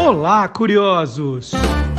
Olá, curiosos!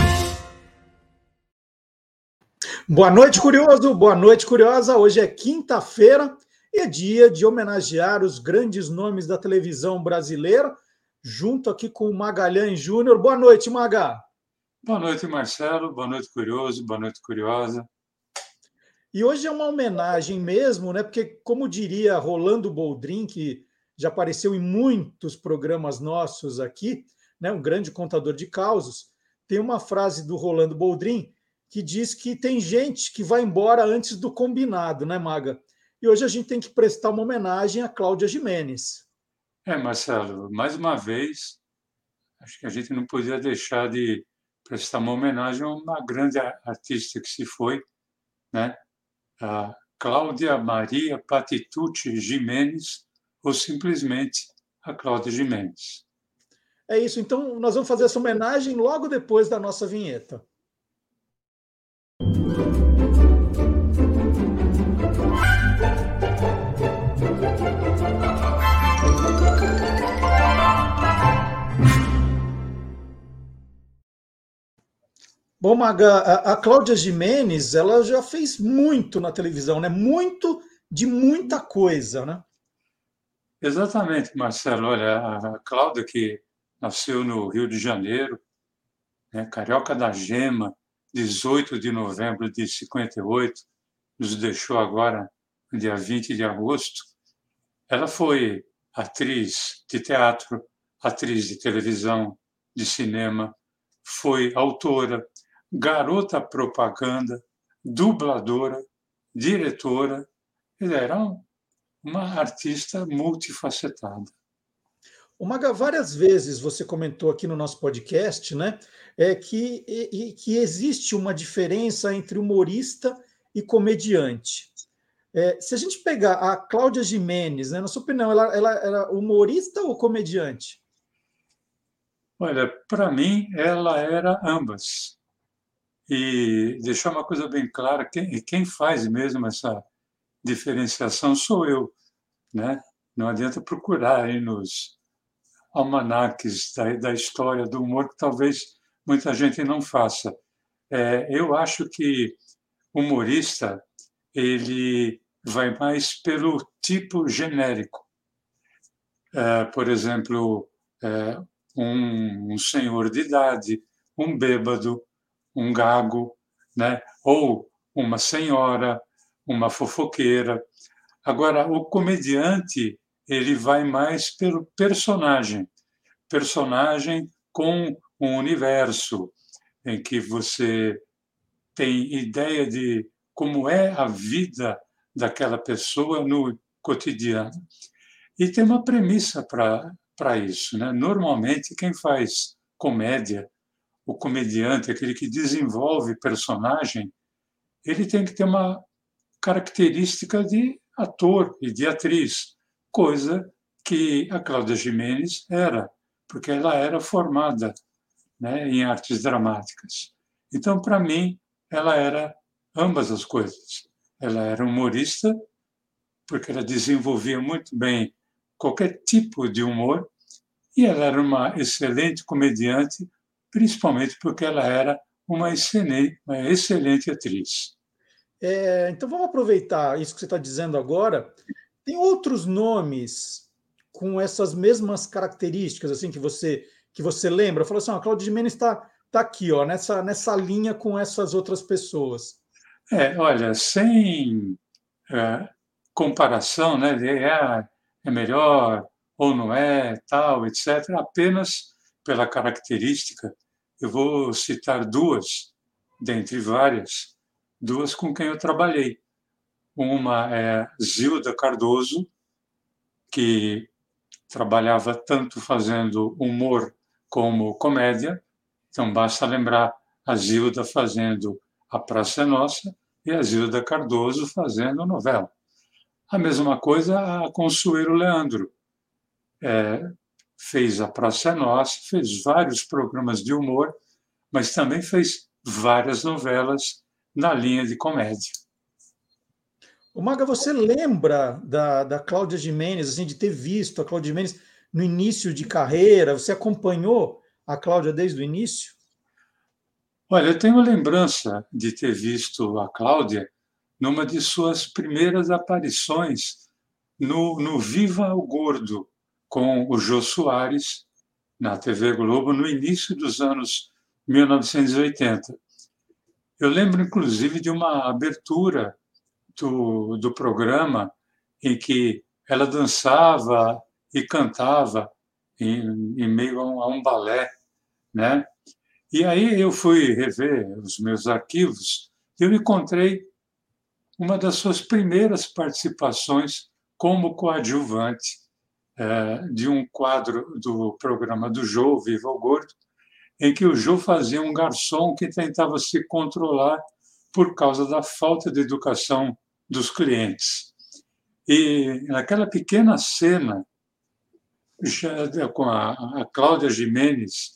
Boa noite, curioso! Boa noite, curiosa! Hoje é quinta-feira e é dia de homenagear os grandes nomes da televisão brasileira, junto aqui com o Magalhães Júnior. Boa noite, Maga! Boa noite, Marcelo. Boa noite, curioso. Boa noite, curiosa. E hoje é uma homenagem mesmo, né? Porque, como diria Rolando Boldrin, que já apareceu em muitos programas nossos aqui, né? Um grande contador de causos, tem uma frase do Rolando Boldrin que diz que tem gente que vai embora antes do combinado, né, Maga? E hoje a gente tem que prestar uma homenagem a Cláudia Gimenez. Marcelo, mais uma vez, acho que a gente não podia deixar de prestar uma homenagem a uma grande artista que se foi, né? A Cláudia Maria Patitucci Gimenez, ou simplesmente a Cláudia Gimenez. É isso, então nós vamos fazer essa homenagem logo depois da nossa vinheta. Bom, Maga, a Cláudia Gimenez, ela já fez muito na televisão, né? Muito de muita coisa, né? Exatamente, Marcelo. Olha, a Cláudia, que nasceu no Rio de Janeiro, né, Carioca da Gema, 18 de novembro de 58, nos deixou agora no dia 20 de agosto. Ela foi atriz de teatro, atriz de televisão, de cinema, foi autora, garota propaganda, dubladora, diretora. Ela era uma artista multifacetada. O Maga, várias vezes você comentou aqui no nosso podcast, né, que existe uma diferença entre humorista e comediante. Se a gente pegar a Cláudia Gimenez, né, na sua opinião, ela era humorista ou comediante? Olha, para mim, ela era ambas. E deixar uma coisa bem clara, quem faz mesmo essa diferenciação sou eu, né? Não adianta procurar aí nos almanaques da história do humor, que talvez muita gente não faça. Eu acho que humorista, ele vai mais pelo tipo genérico. Por exemplo, um senhor de idade, um bêbado, um gago, né? Ou uma senhora, uma fofoqueira. Agora, o comediante, ele vai mais pelo personagem com um universo em que você tem ideia de como é a vida daquela pessoa no cotidiano. E tem uma premissa para isso, né? Normalmente, quem faz comédia, o comediante, aquele que desenvolve personagem, ele tem que ter uma característica de ator e de atriz, coisa que a Cláudia Gimenez era, porque ela era formada, né, em artes dramáticas. Então, para mim, ela era ambas as coisas. Ela era humorista, porque ela desenvolvia muito bem qualquer tipo de humor, e ela era uma excelente comediante, principalmente porque ela era uma excelente atriz. Então vamos aproveitar isso que você está dizendo agora. Tem outros nomes com essas mesmas características, assim, que você lembra? Falou assim, a Cláudia Gimenez está aqui, ó, nessa linha com essas outras pessoas. Olha, sem comparação, né, de é melhor ou não é, tal, etc., apenas pela característica, eu vou citar duas, dentre várias, duas com quem eu trabalhei. Uma é Zilda Cardoso, que trabalhava tanto fazendo humor como comédia, então basta lembrar a Zilda fazendo A Praça é Nossa e a Zilda Cardoso fazendo novela. A mesma coisa a Consuelo Leandro. Fez A Praça é Nossa, fez vários programas de humor, mas também fez várias novelas na linha de comédia. O Maga, você lembra da Cláudia Gimenez, assim, de ter visto a Cláudia Gimenez no início de carreira? Você acompanhou a Cláudia desde o início? Olha, eu tenho lembrança de ter visto a Cláudia numa de suas primeiras aparições no Viva o Gordo, com o Jô Soares, na TV Globo, no início dos anos 1980. Eu lembro, inclusive, de uma abertura do programa em que ela dançava e cantava em meio a um balé, né? E aí eu fui rever os meus arquivos e eu encontrei uma das suas primeiras participações como coadjuvante de um quadro do programa do Jô, Viva o Gordo, em que o Jô fazia um garçom que tentava se controlar por causa da falta de educação dos clientes. E naquela pequena cena, já com a Cláudia Gimenez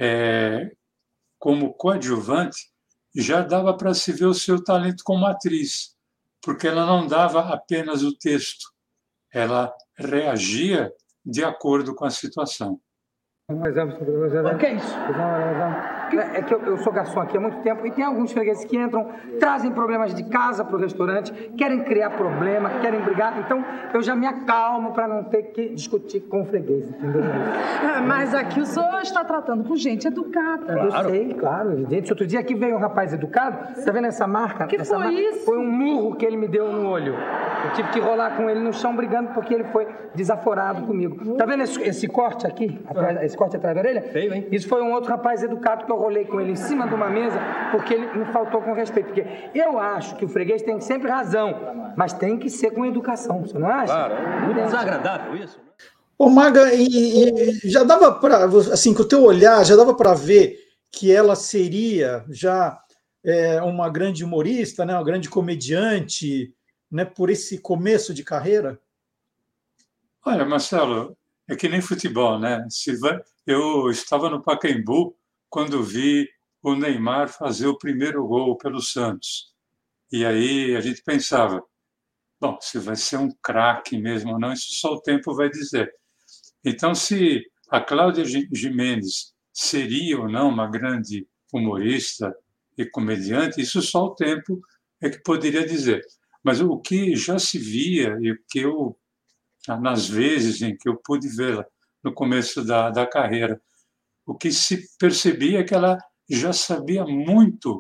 como coadjuvante, já dava para se ver o seu talento como atriz, porque ela não dava apenas o texto, ela reagia de acordo com a situação. O que é isso? É que eu sou garçom aqui há muito tempo e tem alguns fregueses que entram, trazem problemas de casa para o restaurante, querem criar problema, querem brigar, então eu já me acalmo para não ter que discutir com o freguês, entendeu? Mas aqui o senhor está tratando com gente educada. Claro. Eu sei, claro, evidente. Outro dia aqui veio um rapaz educado, tá vendo essa marca? Que foi isso? Foi um murro que ele me deu no olho. Eu tive que rolar com ele no chão brigando porque ele foi desaforado comigo. Tá vendo esse corte aqui? Esse corte atrás da orelha? Feio, hein? Isso foi um outro rapaz educado que eu rolei com ele em cima de uma mesa porque ele me faltou com respeito. Porque eu acho que o freguês tem sempre razão, mas tem que ser com educação, você não acha? Claro, é muito desagradável isso. Ô, Maga, e já dava para, assim, com o teu olhar, já dava para ver que ela seria já uma grande humorista, né, uma grande comediante, né, por esse começo de carreira? Olha, Marcelo, é que nem futebol, né? Eu estava no Pacaembu quando vi o Neymar fazer o primeiro gol pelo Santos. E aí a gente pensava, bom, se vai ser um craque mesmo ou não, isso só o tempo vai dizer. Então, se a Cláudia Gimenez seria ou não uma grande humorista e comediante, isso só o tempo é que poderia dizer. Mas o que já se via e o que eu, nas vezes em que eu pude vê-la no começo da carreira, o que se percebia é que ela já sabia muito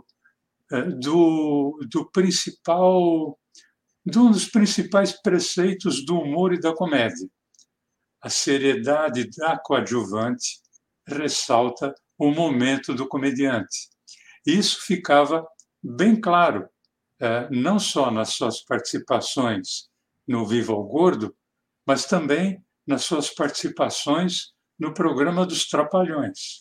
do principal, de um dos principais preceitos do humor e da comédia. A seriedade da coadjuvante ressalta o momento do comediante. Isso ficava bem claro, não só nas suas participações no Viva o Gordo, mas também nas suas participações no programa dos Trapalhões.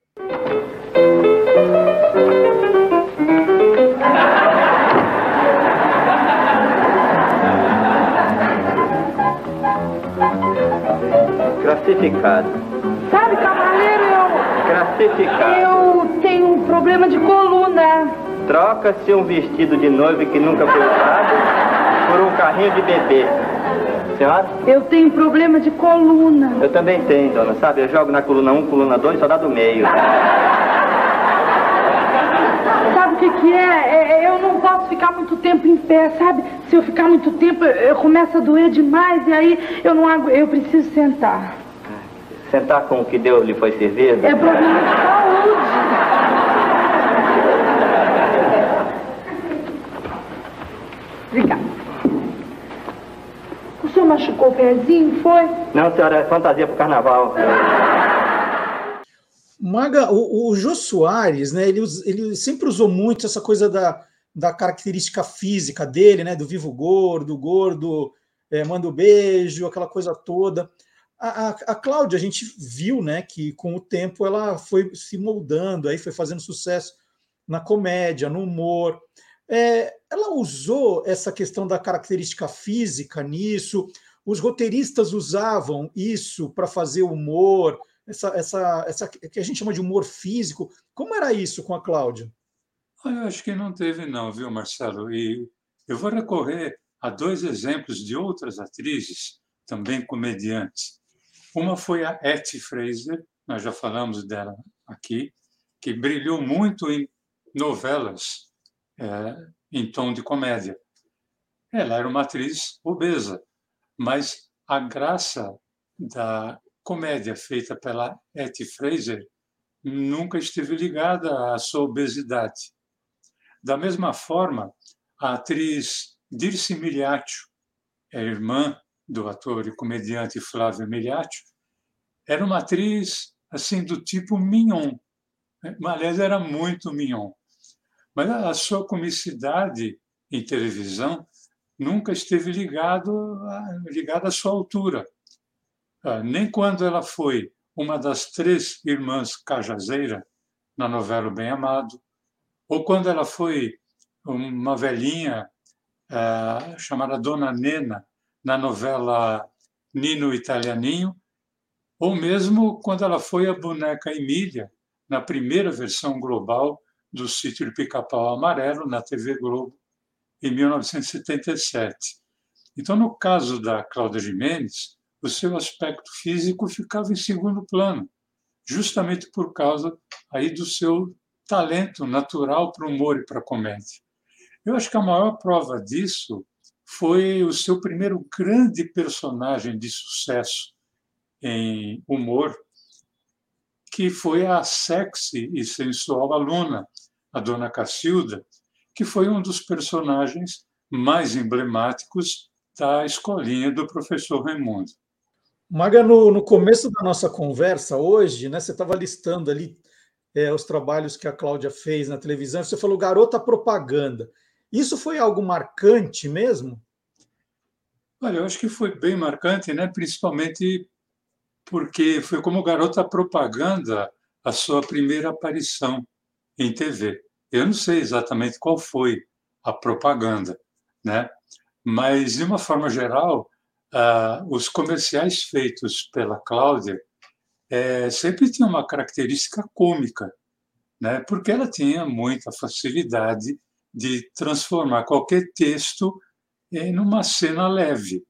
Classificado. Sabe, cavaleiro, Classificado. eu tenho um problema de coluna. Troca-se um vestido de noiva que nunca foi usado por um carrinho de bebê. Senhora? Eu tenho problema de coluna. Eu também tenho, dona. Sabe, eu jogo na coluna 1, coluna 2, só dá do meio. Sabe o que é? Eu não posso ficar muito tempo em pé, sabe? Se eu ficar muito tempo, eu começo a doer demais e aí eu preciso sentar. Sentar com o que Deus lhe foi servido? É problema de saúde. Obrigada. O senhor machucou o pezinho, foi? Não, senhora, é fantasia pro carnaval. Maga, o Jô Soares, né, ele sempre usou muito essa coisa da característica física dele, né, do vivo gordo, manda um beijo, aquela coisa toda. A Cláudia, a gente viu, né, que com o tempo ela foi se moldando, aí foi fazendo sucesso na comédia, no humor. Ela usou essa questão da característica física nisso, os roteiristas usavam isso para fazer humor, essa que a gente chama de humor físico. Como era isso com a Cláudia? Eu acho que não teve não, viu, Marcelo? E eu vou recorrer a 2 exemplos de outras atrizes, também comediantes. Uma foi a Etty Fraser, nós já falamos dela aqui, que brilhou muito em novelas em tom de comédia. Ela era uma atriz obesa, mas a graça da comédia feita pela Etty Fraser nunca esteve ligada à sua obesidade. Da mesma forma, a atriz Dirce Miliaccio, a irmã do ator e comediante Flávio Miliaccio, era uma atriz assim do tipo mignon. Aliás, era muito mignon. Mas a sua comicidade em televisão nunca esteve ligada à sua altura. Nem quando ela foi uma das 3 irmãs Cajazeira, na novela Bem Amado, ou quando ela foi uma velhinha chamada Dona Nena, na novela Nino Italianinho, ou mesmo quando ela foi a boneca Emília, na primeira versão global do Sítio do Pica-Pau Amarelo, na TV Globo, em 1977. Então, no caso da Cláudia Giménez, o seu aspecto físico ficava em segundo plano, justamente por causa aí do seu talento natural para o humor e para a comédia. Eu acho que a maior prova disso foi o seu primeiro grande personagem de sucesso em humor, que foi a sexy e sensual aluna, a Dona Cacilda, que foi um dos personagens mais emblemáticos da escolinha do professor Raimundo. Maga, no começo da nossa conversa hoje, né, você estava listando ali os trabalhos que a Cláudia fez na televisão, você falou garota propaganda. Isso foi algo marcante mesmo? Olha, eu acho que foi bem marcante, né? Principalmente porque foi como garota propaganda a sua primeira aparição em TV. Eu não sei exatamente qual foi a propaganda, né? Mas, de uma forma geral, os comerciais feitos pela Cláudia sempre tinham uma característica cômica, né? Porque ela tinha muita facilidade de transformar qualquer texto em uma cena leve.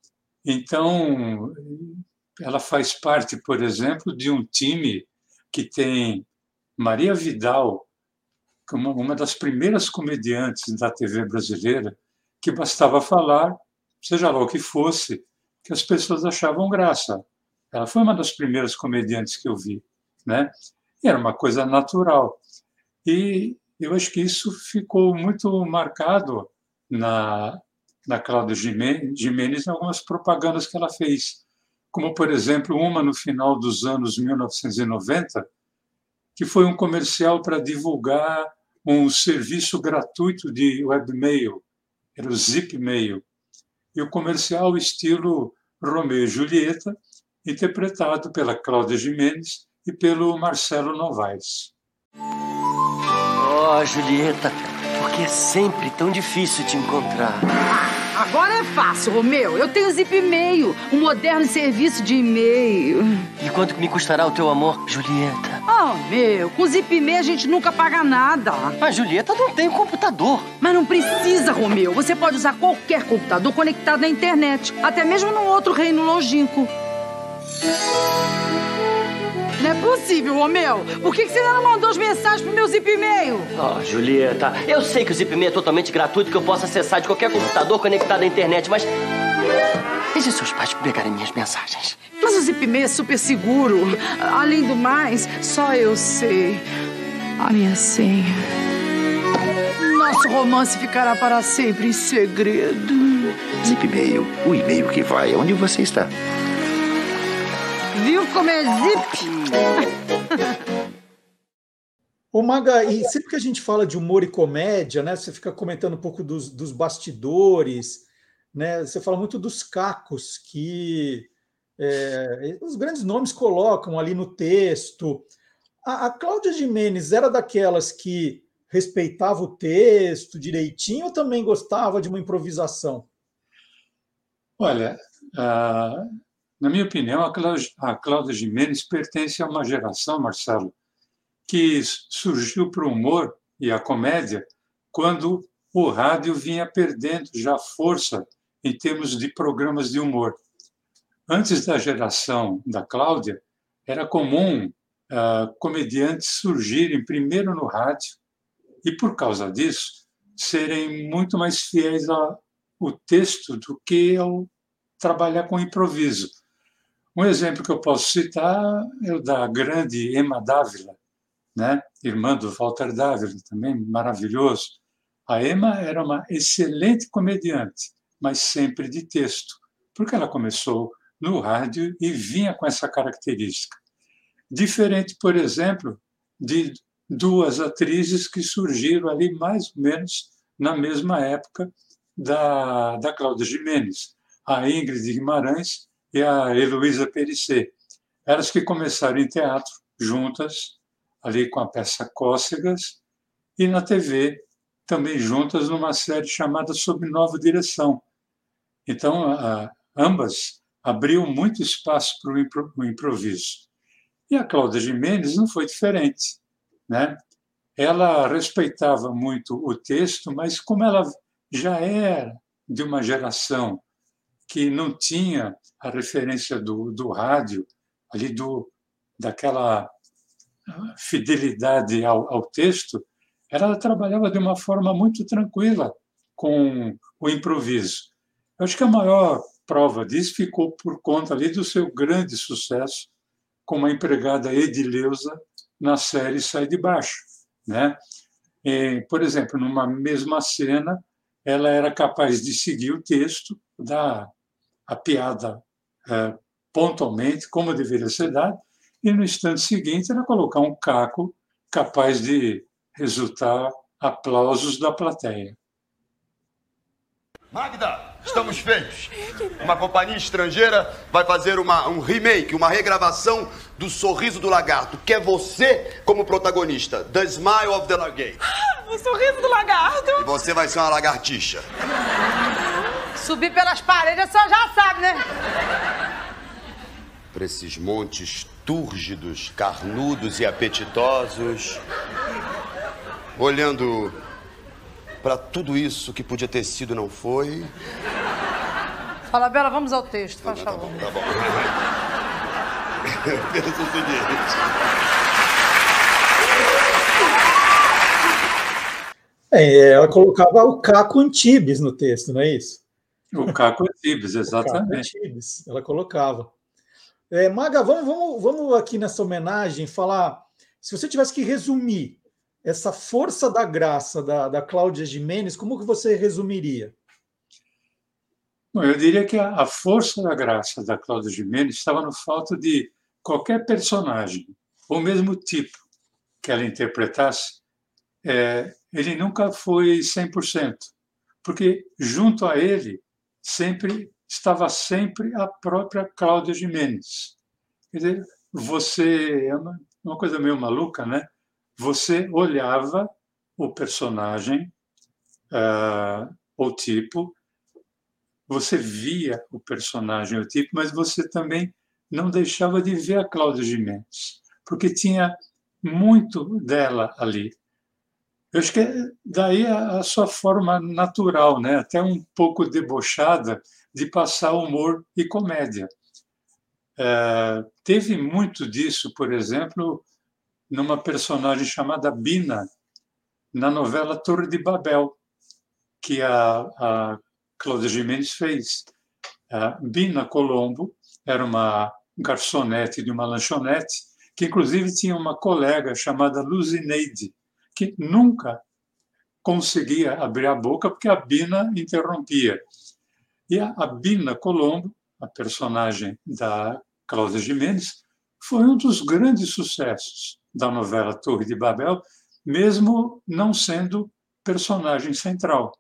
Então, ela faz parte, por exemplo, de um time que tem Maria Vidal, uma das primeiras comediantes da TV brasileira, que bastava falar, seja lá o que fosse, que as pessoas achavam graça. Ela foi uma das primeiras comediantes que eu vi, né? E era uma coisa natural. E eu acho que isso ficou muito marcado na Cláudia Giménez em algumas propagandas que ela fez, como, por exemplo, uma no final dos anos 1990, que foi um comercial para divulgar um serviço gratuito de webmail, era o Zipmail, e o comercial estilo Romeu e Julieta, interpretado pela Cláudia Giménez e pelo Marcelo Novaes. Oh, Julieta, por que é sempre tão difícil te encontrar? Agora é fácil, Romeu. Eu tenho Zipmail, um moderno serviço de e-mail. E quanto que me custará o teu amor, Julieta? Oh, meu, com Zipmail a gente nunca paga nada. Mas Julieta não tem computador. Mas não precisa, Romeu. Você pode usar qualquer computador conectado na internet, até mesmo num outro reino longínquo. Não é possível, Romeu. Por que você ainda não mandou as mensagens pro meu Zipmail? Oh, Julieta, eu sei que o Zipmail é totalmente gratuito, que eu posso acessar de qualquer computador conectado à internet, mas... Deixe seus pais pegarem minhas mensagens. Mas o Zipmail é super seguro. Além do mais, só eu sei a minha senha. Nosso romance ficará para sempre em segredo. Zipmail, o e-mail que vai onde você está. Viu como é zip? Ô Maga, e sempre que a gente fala de humor e comédia, né, você fica comentando um pouco dos bastidores, né, você fala muito dos cacos que os grandes nomes colocam ali no texto. A Cláudia Giménez era daquelas que respeitava o texto direitinho ou também gostava de uma improvisação? Olha, na minha opinião, a Cláudia Giménez pertence a uma geração, Marcelo, que surgiu para o humor e a comédia quando o rádio vinha perdendo já força em termos de programas de humor. Antes da geração da Cláudia, era comum comediantes surgirem primeiro no rádio e, por causa disso, serem muito mais fiéis ao texto do que ao trabalhar com improviso. Um exemplo que eu posso citar é o da grande Emma Dávila, né? Irmã do Walter Dávila, também maravilhoso. A Emma era uma excelente comediante, mas sempre de texto, porque ela começou no rádio e vinha com essa característica. Diferente, por exemplo, de duas atrizes que surgiram ali mais ou menos na mesma época da Cláudia Giménez, a Ingrid Guimarães e a Heloísa Périssé. Elas que começaram em teatro juntas, ali com a peça Cócegas, e na TV, também juntas numa série chamada Sob Nova Direção. Então, ambas abriam muito espaço para o improviso. E a Cláudia Giménez não foi diferente, né? Ela respeitava muito o texto, mas como ela já era de uma geração que não tinha a referência do rádio, ali daquela fidelidade ao texto, ela trabalhava de uma forma muito tranquila com o improviso. Eu acho que a maior prova disso ficou por conta ali do seu grande sucesso como a empregada Edileuza na série Sai de Baixo, né? E, por exemplo, numa mesma cena, ela era capaz de seguir o texto, dar a piada pontualmente, como deveria ser dado, e no instante seguinte ela colocar um caco capaz de resultar aplausos da plateia. Magda, estamos feitos. Uma companhia estrangeira vai fazer um remake, uma regravação do Sorriso do Lagarto, que é você como protagonista. The Smile of the Lagarto. O Sorriso do Lagarto. E você vai ser uma lagartixa. Subir pelas paredes, a senhora já sabe, né? Para esses montes túrgidos, carnudos e apetitosos, olhando para tudo isso que podia ter sido e não foi. Fala, Bela, vamos ao texto, faz favor. Tá bom. Pensa o seguinte. Ela colocava o Caco Antibes no texto, não é isso? O Caco Antibes, exatamente. Caco Antibes, ela colocava. Maga, vamos aqui nessa homenagem falar, se você tivesse que resumir essa força da graça da Cláudia Giménez, como que você resumiria? Bom, eu diria que a força da graça da Cláudia Giménez estava no fato de qualquer personagem, ou mesmo tipo que ela interpretasse, ele nunca foi 100%, porque junto a ele estava sempre a própria Cláudia Giménez. Quer dizer, é uma coisa meio maluca, né? Você olhava o personagem, o tipo, você via o personagem, o tipo, mas você também não deixava de ver a Cláudia Giménez, porque tinha muito dela ali. Eu acho que daí a sua forma natural, né? Até um pouco debochada, de passar humor e comédia. Teve muito disso, por exemplo, numa personagem chamada Bina, na novela Torre de Babel, que a Cláudia Giménez fez. Bina Colombo era uma garçonete de uma lanchonete, que inclusive tinha uma colega chamada Luzineide, que nunca conseguia abrir a boca porque a Bina interrompia. E a Bina Colombo, a personagem da Cláudia Giménez, foi um dos grandes sucessos da novela Torre de Babel, mesmo não sendo personagem central.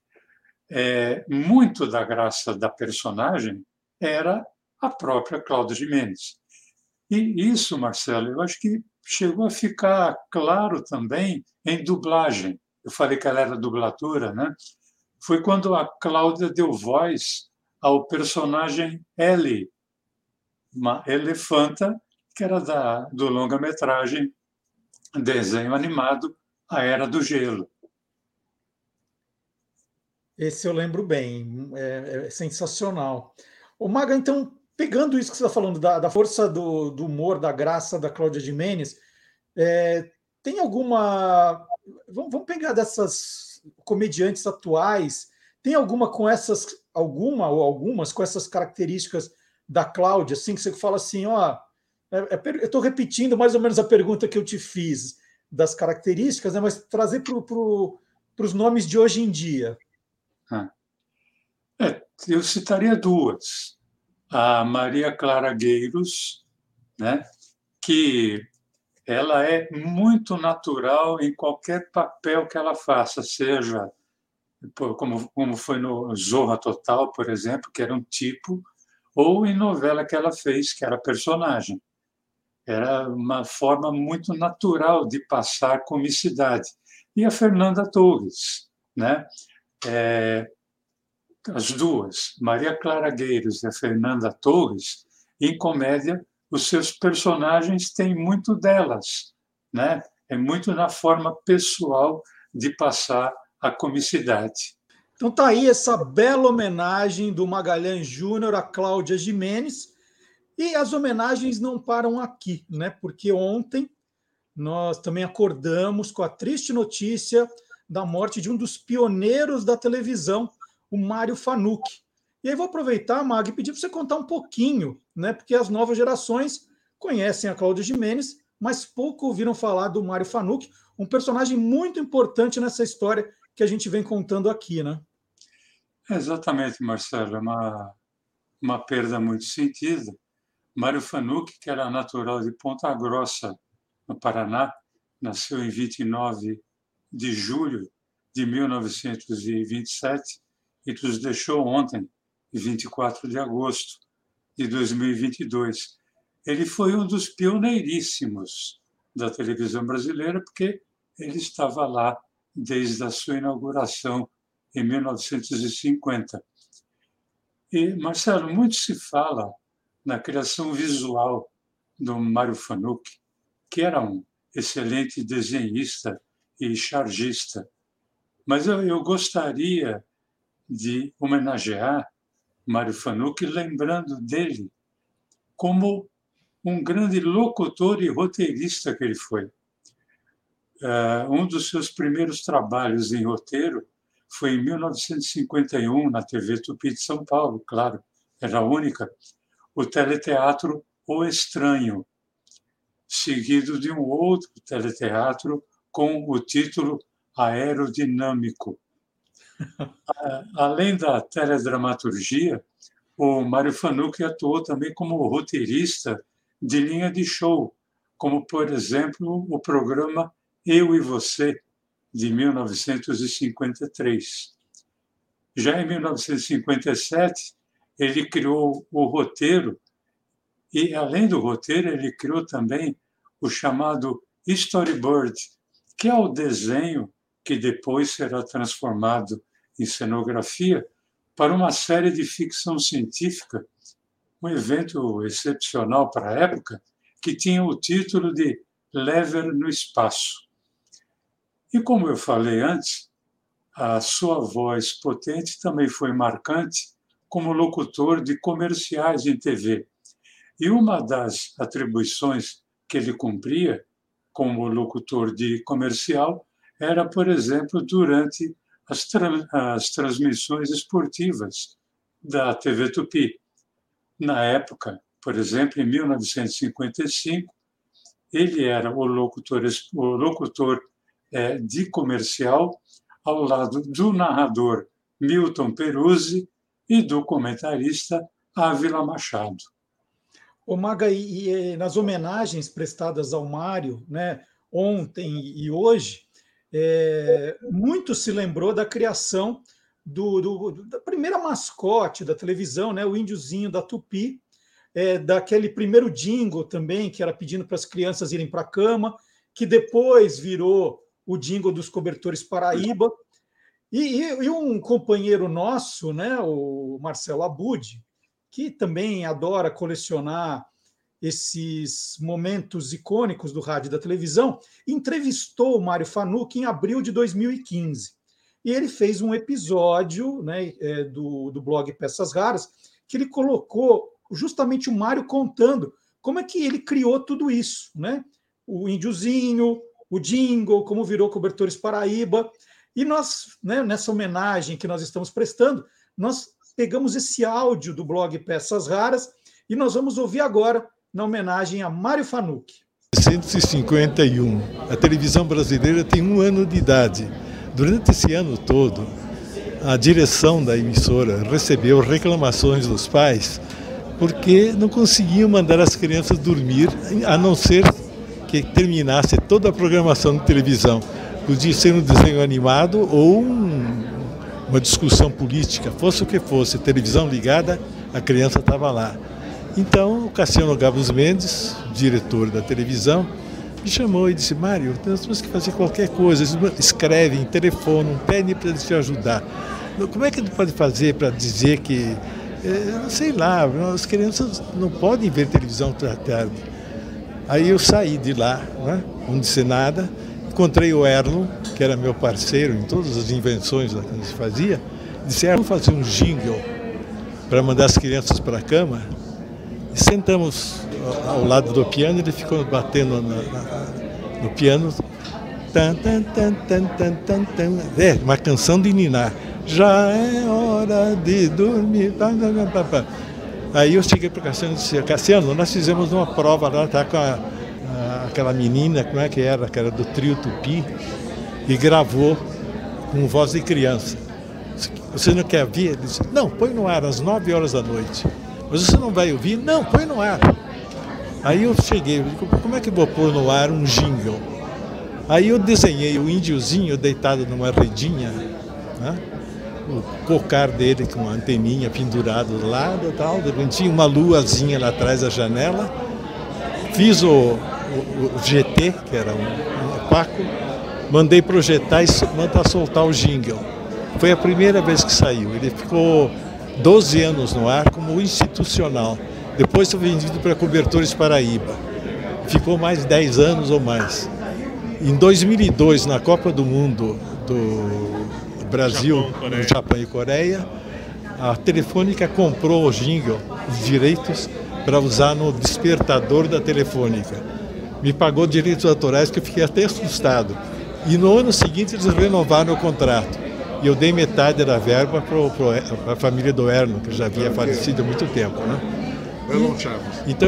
Muito da graça da personagem era a própria Cláudia Giménez. E isso, Marcelo, eu acho que chegou a ficar claro também em dublagem. Eu falei que ela era dubladora, né? Foi quando a Cláudia deu voz ao personagem Ellie, uma elefanta que era do longa-metragem desenho animado A Era do Gelo. Esse eu lembro bem, é sensacional. Maga, então, pegando isso que você está falando, da força do humor, da graça da Cláudia Gimenez, tem alguma... Vamos pegar dessas comediantes atuais, tem alguma ou algumas com essas características da Cláudia, assim, que você fala assim, ó, eu estou repetindo mais ou menos a pergunta que eu te fiz das características, né, mas trazer para os nomes de hoje em dia. Eu citaria duas. A Maria Clara Gueiros, né, que ela é muito natural em qualquer papel que ela faça, seja como foi no Zorra Total, por exemplo, que era um tipo, ou em novela que ela fez, que era personagem. Era uma forma muito natural de passar comicidade. E a Fernanda Torres, né? As duas, Maria Clara Gueiros e a Fernanda Torres, em comédia, os seus personagens têm muito delas, né? É muito na forma pessoal de passar a comicidade. Então tá aí essa bela homenagem do Magalhães Júnior a Cláudia Gimenez. E as homenagens não param aqui, né? Porque ontem nós também acordamos com a triste notícia da morte de um dos pioneiros da televisão, o Mário Fanucchi. E aí vou aproveitar, Mag, e pedir para você contar um pouquinho, né? Porque as novas gerações conhecem a Cláudia Gimenez, mas pouco ouviram falar do Mário Fanucchi, um personagem muito importante nessa história que a gente vem contando aqui, né? Exatamente, Marcelo. É uma perda muito sentida. Mário Fanucchi, que era natural de Ponta Grossa, no Paraná, nasceu em 29 de julho de 1927 e nos deixou ontem, 24 de agosto de 2022. Ele foi um dos pioneiríssimos da televisão brasileira, porque ele estava lá desde a sua inauguração em 1950. E, Marcelo, muito se fala na criação visual do Mário Fanucchi, que era um excelente desenhista e chargista. Mas eu gostaria de homenagear Mário Fanucchi, lembrando dele como um grande locutor e roteirista que ele foi. Um dos seus primeiros trabalhos em roteiro foi em 1951, na TV Tupi de São Paulo, claro, era a única, o teleteatro O Estranho, seguido de um outro teleteatro com o título Aerodinâmico. Além da teledramaturgia, o Mário Fanucchi atuou também como roteirista de linha de show, como, por exemplo, o programa Eu e Você, de 1953. Já em 1957, ele criou o roteiro e, além do roteiro, ele criou também o chamado storyboard, que é o desenho que depois será transformado em cenografia para uma série de ficção científica, um evento excepcional para a época, que tinha o título de Lever no Espaço. E como eu falei antes, a sua voz potente também foi marcante como locutor de comerciais em TV. E uma das atribuições que ele cumpria como locutor de comercial era, por exemplo, durante as transmissões esportivas da TV Tupi. Na época, por exemplo, em 1955, ele era o locutor de comercial ao lado do narrador Milton Peruzzi e do comentarista Ávila Machado. Ô Maga, e nas homenagens prestadas ao Mário, né, ontem e hoje, muito se lembrou da criação da primeira mascote da televisão, né, o índiozinho da Tupi, daquele primeiro jingle também, que era pedindo para as crianças irem para a cama, que depois virou o jingle dos Cobertores Paraíba. E um companheiro nosso, né, o Marcelo Abud, que também adora colecionar esses momentos icônicos do rádio e da televisão, entrevistou o Mário Fanucchi em abril de 2015. E ele fez um episódio, né, do blog Peças Raras, que ele colocou justamente o Mário contando como é que ele criou tudo isso, né? O índiozinho, o jingle, como virou Cobertores Paraíba. E nós, né, nessa homenagem que nós estamos prestando, nós pegamos esse áudio do blog Peças Raras e nós vamos ouvir agora na homenagem a Mário Fanucchi. 1951. A televisão brasileira tem 1 ano de idade. Durante esse ano todo, a direção da emissora recebeu reclamações dos pais porque não conseguiam mandar as crianças dormir, a não ser que terminasse toda a programação de televisão. Podia ser um desenho animado ou uma discussão política, fosse o que fosse, televisão ligada, a criança estava lá. Então, o Cassiano Gabos Mendes, diretor da televisão, me chamou e disse: Mário, nós temos que fazer qualquer coisa, escrevem, telefonam, pedem para eles te ajudar. Como é que ele pode fazer para dizer que, sei lá, as crianças não podem ver televisão toda tarde? Aí eu saí de lá, né, não disse nada, encontrei o Erlon, que era meu parceiro em todas as invenções que a gente fazia, disse: vamos fazer um jingle para mandar as crianças para a cama. E sentamos ao lado do piano, ele ficou batendo no piano, uma canção de ninar. Já é hora de dormir. Aí eu cheguei para o Cassiano e disse: Cassiano, nós fizemos uma prova lá, tá com aquela menina, como é que era do Trio Tupi, e gravou com voz de criança. Você não quer ouvir? Ele disse: não, põe no ar às 9 horas da noite. Mas você não vai ouvir? Não, põe no ar. Aí eu cheguei, eu digo: como é que eu vou pôr no ar um jingle? Aí eu desenhei o índiozinho deitado numa redinha, né? O cocar dele com uma anteninha pendurada do lado e tal, tinha uma luazinha lá atrás da janela. Fiz o GT, que era um Paco, mandei projetar e mandar soltar o jingle. Foi a primeira vez que saiu. Ele ficou 12 anos no ar como institucional. Depois foi vendido para Cobertores Paraíba. Ficou mais 10 anos ou mais. Em 2002, na Copa do Mundo do Brasil, Japão e Coreia, a Telefônica comprou o jingle, os direitos, para usar no despertador da Telefônica. Me pagou direitos autorais que eu fiquei até assustado. E no ano seguinte eles renovaram o contrato. E eu dei metade da verba para a família do Erlon, que já havia falecido há muito tempo, né? Então,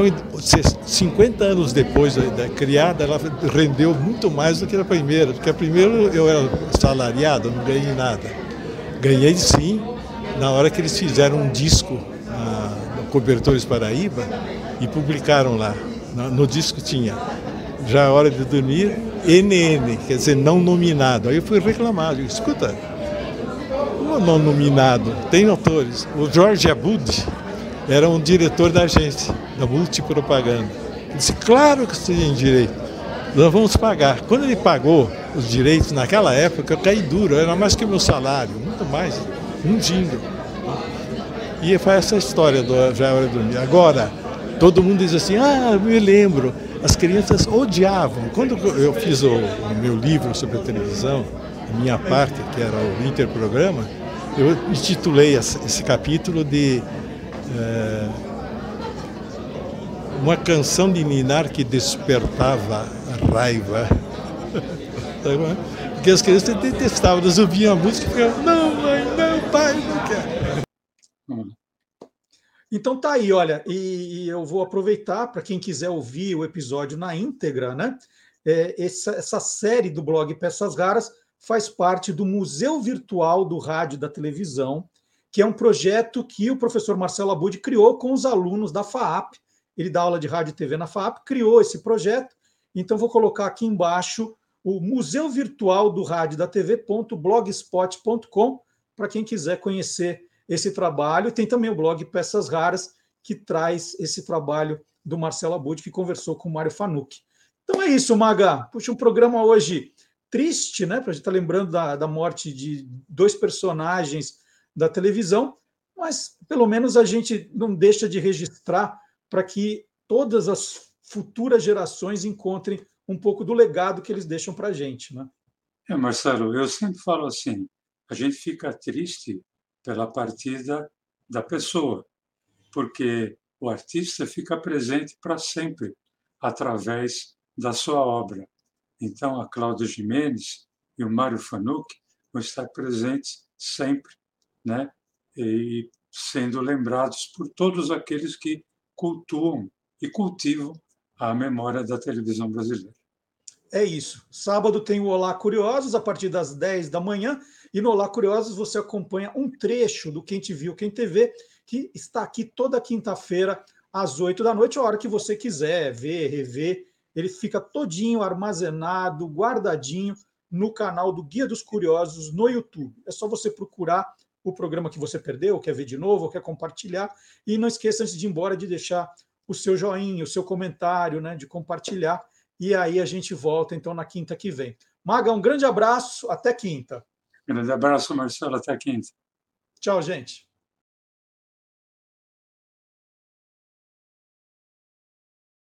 50 anos depois da criada, ela rendeu muito mais do que a primeira, porque a primeira eu era salariado, não ganhei nada. Ganhei sim, na hora que eles fizeram um disco no Cobertores Paraíba e publicaram lá. No disco tinha Já é Hora de Dormir, NN, quer dizer, não nominado. Aí eu fui reclamar, eu digo: escuta, como não nominado? Tem autores. O Jorge Abud era um diretor da agência, da Multipropaganda. Ele disse: claro que você tem direito, nós vamos pagar. Quando ele pagou os direitos, naquela época, eu caí duro, era mais que o meu salário, muito mais, um jingle. E foi essa história do Já é Hora de Dormir. Agora, todo mundo diz assim: eu me lembro, as crianças odiavam. Quando eu fiz o meu livro sobre a televisão, a minha parte, que era o Interprograma, eu intitulei esse capítulo de uma canção de ninar que despertava a raiva. Porque as crianças detestavam, elas ouviam a música e ficavam: não, mãe, não, pai, não quero. Então tá aí, olha, e eu vou aproveitar para quem quiser ouvir o episódio na íntegra, né? Essa série do blog Peças Raras faz parte do Museu Virtual do Rádio e da Televisão, que é um projeto que o professor Marcelo Abud criou com os alunos da FAAP. Ele dá aula de rádio e TV na FAAP, criou esse projeto. Então vou colocar aqui embaixo o Museu Virtual do Rádio e da TV.blogspot.com para quem quiser conhecer esse trabalho. Tem também o blog Peças Raras, que traz esse trabalho do Marcelo Abud, que conversou com o Mário Fanucchi. Então é isso, Maga. Puxa, um programa hoje triste, né? Para a gente estar lembrando da morte de 2 personagens da televisão, mas pelo menos a gente não deixa de registrar para que todas as futuras gerações encontrem um pouco do legado que eles deixam para a gente, né? Marcelo, eu sempre falo assim, a gente fica triste pela partida da pessoa, porque o artista fica presente para sempre através da sua obra. Então, a Cláudia Gimenez e o Mário Fanucchi vão estar presentes sempre, né? E sendo lembrados por todos aqueles que cultuam e cultivam a memória da televisão brasileira. É isso. Sábado tem o Olá Curiosos, a partir das 10 da manhã, e no Olá Curiosos você acompanha um trecho do Quem Te Viu, Quem TV, que está aqui toda quinta-feira, às 8 da noite, a hora que você quiser ver, rever. Ele fica todinho armazenado, guardadinho, no canal do Guia dos Curiosos no YouTube. É só você procurar o programa que você perdeu, quer ver de novo, quer compartilhar. E não esqueça, antes de ir embora, de deixar o seu joinha, o seu comentário, né, de compartilhar. E aí a gente volta, então, na quinta que vem. Maga, um grande abraço, até quinta. Grande abraço, Marcelo, até quinta. Tchau, gente.